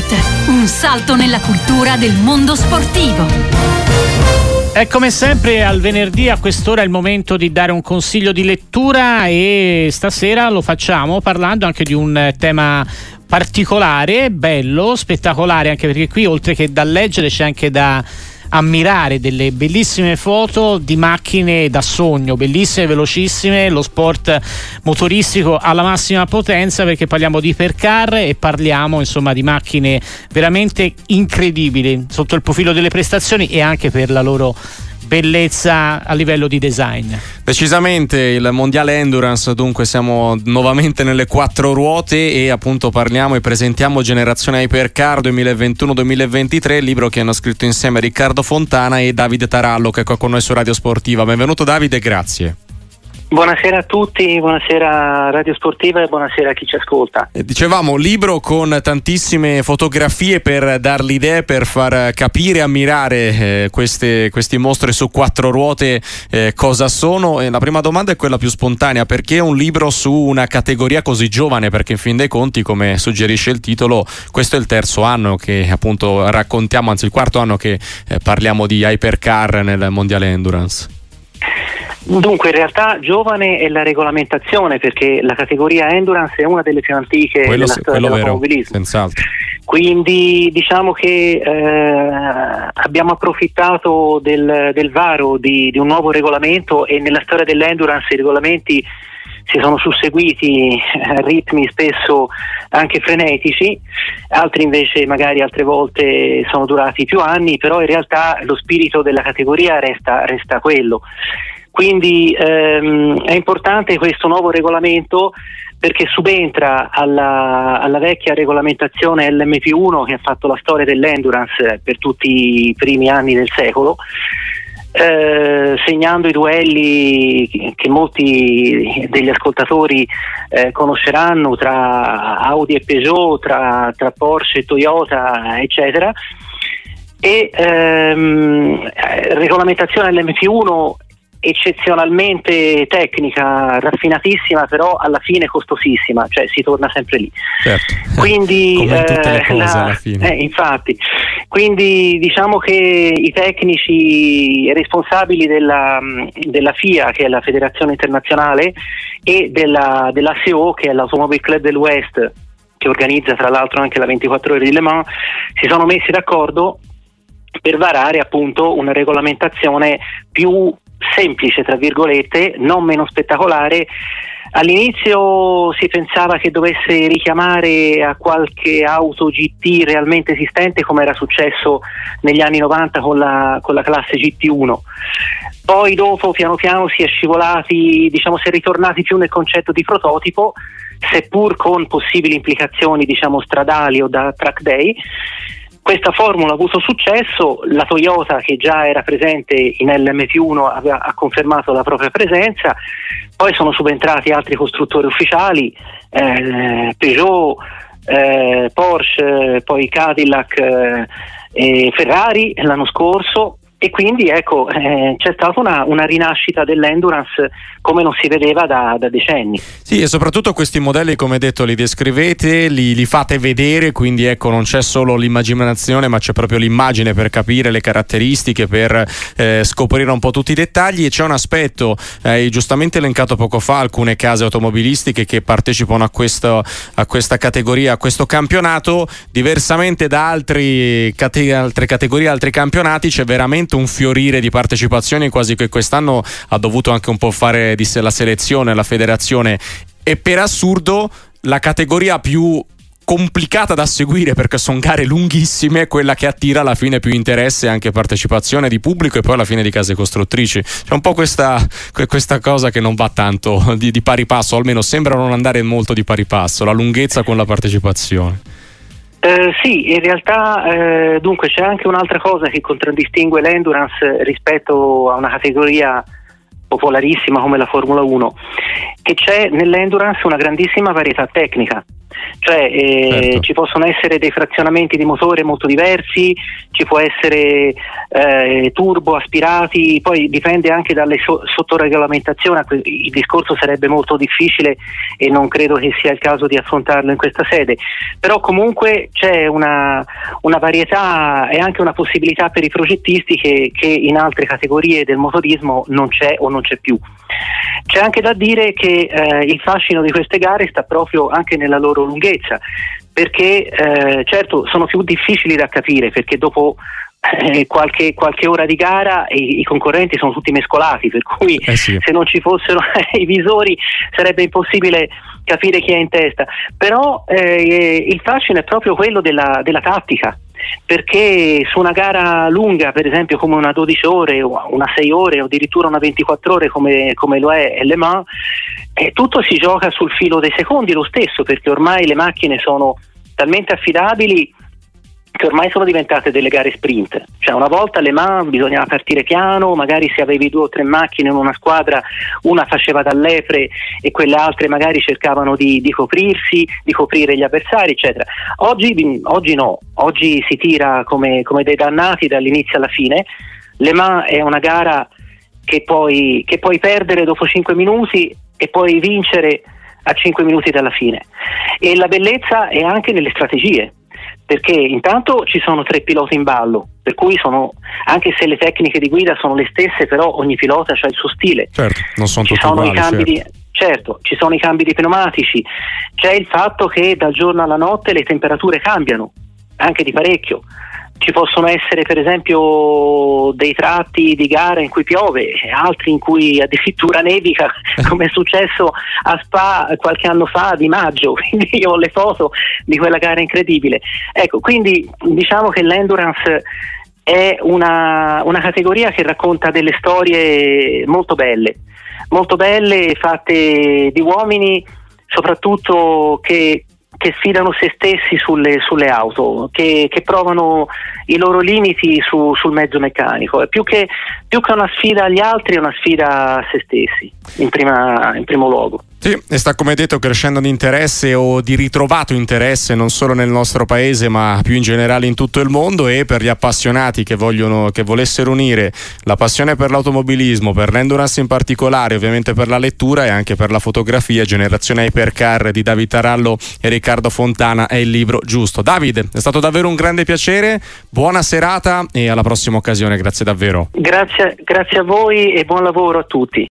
Sport, un salto nella cultura del mondo sportivo. È come sempre al venerdì a quest'ora è il momento di dare un consiglio di lettura e stasera lo facciamo parlando anche di un tema particolare, bello, spettacolare, anche perché qui oltre che da leggere c'è anche da ammirare delle bellissime foto di macchine da sogno, bellissime, velocissime, lo sport motoristico alla massima potenza, perché parliamo di hypercar e parliamo insomma di macchine veramente incredibili sotto il profilo delle prestazioni e anche per la loro bellezza a livello di design. Decisamente il mondiale endurance, dunque siamo nuovamente nelle quattro ruote e appunto parliamo e presentiamo Generazione Hypercar 2021-2023, libro che hanno scritto insieme Riccardo Fontana e Davide Tarallo, che è qua con noi su Radio Sportiva. Benvenuto Davide, grazie. Buonasera a tutti, buonasera Radio Sportiva e buonasera a chi ci ascolta. Dicevamo, libro con tantissime fotografie per dar l'idea, per far capire e ammirare questi mostri su quattro ruote cosa sono. E la prima domanda è quella più spontanea: perché un libro su una categoria così giovane? Perché in fin dei conti, come suggerisce il titolo, questo è il terzo anno che appunto raccontiamo, anzi il quarto anno che parliamo di hypercar nel mondiale endurance. Dunque in realtà giovane è la regolamentazione, perché la categoria endurance è una delle più antiche nella storia dell'automobilismo. Senz'altro. Quindi diciamo che abbiamo approfittato del varo di un nuovo regolamento, e nella storia dell'endurance i regolamenti si sono susseguiti a ritmi spesso anche frenetici, altri invece magari altre volte sono durati più anni, però in realtà lo spirito della categoria resta quello. Quindi è importante questo nuovo regolamento, perché subentra alla vecchia regolamentazione LMP1 che ha fatto la storia dell'endurance per tutti i primi anni del secolo, segnando i duelli che molti degli ascoltatori conosceranno tra Audi e Peugeot, tra Porsche e Toyota, eccetera. E regolamentazione LMP1 eccezionalmente tecnica, raffinatissima, però alla fine costosissima, cioè si torna sempre lì. Certo. Quindi come in tutte le cose alla fine. Infatti, quindi diciamo che i tecnici responsabili della FIA, che è la Federazione Internazionale, e dell'ACO, che è l'Automobile Club del West, che organizza tra l'altro anche la 24 ore di Le Mans, si sono messi d'accordo per varare appunto una regolamentazione più semplice, tra virgolette, non meno spettacolare. All'inizio si pensava che dovesse richiamare a qualche auto GT realmente esistente, come era successo negli anni 90 con la classe GT1. Poi dopo piano piano si è scivolati, diciamo si è ritornati più nel concetto di prototipo, seppur con possibili implicazioni stradali o da track day. Questa formula ha avuto successo, la Toyota, che già era presente in LMP1, ha confermato la propria presenza, poi sono subentrati altri costruttori ufficiali, Peugeot, Porsche, poi Cadillac e Ferrari l'anno scorso, e quindi ecco c'è stata una rinascita dell'endurance come non si vedeva da decenni. Sì, e soprattutto questi modelli, come detto, li descrivete, li fate vedere, quindi ecco non c'è solo l'immaginazione, ma c'è proprio l'immagine per capire le caratteristiche, per scoprire un po' tutti i dettagli. E c'è un aspetto, hai giustamente elencato poco fa alcune case automobilistiche che partecipano a questa categoria, a questo campionato. Diversamente da altre categorie, altri campionati, c'è veramente un fiorire di partecipazioni, quasi che quest'anno ha dovuto anche un po' fare la selezione, la federazione, e per assurdo la categoria più complicata da seguire, perché sono gare lunghissime, è quella che attira alla fine più interesse e anche partecipazione di pubblico, e poi alla fine di case costruttrici. C'è un po' questa cosa che non va tanto di pari passo, almeno sembra non andare molto di pari passo, la lunghezza con la partecipazione. Sì, in realtà dunque c'è anche un'altra cosa che contraddistingue l'endurance rispetto a una categoria popolarissima come la Formula 1, che c'è nell'endurance una grandissima varietà tecnica. Cioè certo. Ci possono essere dei frazionamenti di motore molto diversi, ci può essere turbo, aspirati, poi dipende anche dalle sottoregolamentazioni. Il discorso sarebbe molto difficile e non credo che sia il caso di affrontarlo in questa sede, però comunque c'è una varietà e anche una possibilità per i progettisti che in altre categorie del motorismo non c'è o non c'è più. C'è anche da dire che il fascino di queste gare sta proprio anche nella loro lunghezza, perché certo sono più difficili da capire, perché dopo qualche ora di gara i concorrenti sono tutti mescolati, per cui sì. Se non ci fossero i visori sarebbe impossibile capire chi è in testa. Però il fascino è proprio quello della tattica, perché su una gara lunga, per esempio come una 12 ore, una 6 ore o addirittura una 24 ore come lo è Le Mans, tutto si gioca sul filo dei secondi lo stesso, perché ormai le macchine sono talmente affidabili che ormai sono diventate delle gare sprint. Cioè una volta Le Mans bisognava partire piano, magari se avevi 2 o 3 macchine in una squadra, una faceva da lepre e quelle altre magari cercavano di coprirsi, di coprire gli avversari, eccetera. Oggi no, oggi si tira come dei dannati dall'inizio alla fine. Le Mans è una gara che puoi perdere dopo 5 minuti e puoi vincere a 5 minuti dalla fine, e la bellezza è anche nelle strategie, perché intanto ci sono 3 piloti in ballo, per cui anche se le tecniche di guida sono le stesse, però ogni pilota ha il suo stile. Certo, non sono tutti uguali. Certo, ci sono i cambi di pneumatici, c'è il fatto che dal giorno alla notte le temperature cambiano, anche di parecchio. Ci possono essere per esempio dei tratti di gara in cui piove, altri in cui addirittura nevica, come è successo a Spa qualche anno fa di maggio, quindi io ho le foto di quella gara incredibile. Ecco, quindi diciamo che l'endurance è una categoria che racconta delle storie molto belle, fatte di uomini soprattutto che sfidano se stessi sulle auto, che provano i loro limiti sul mezzo meccanico. È più che una sfida agli altri, è una sfida a se stessi in primo luogo. Sì, e sta, come detto, crescendo di interesse o di ritrovato interesse non solo nel nostro paese ma più in generale in tutto il mondo, e per gli appassionati che volessero unire la passione per l'automobilismo, per l'endurance in particolare, ovviamente per la lettura e anche per la fotografia, Generazione Hypercar di David Tarallo e Riccardo Fontana è il libro giusto. Davide, è stato davvero un grande piacere, buona serata e alla prossima occasione, grazie davvero. Grazie a voi e buon lavoro a tutti.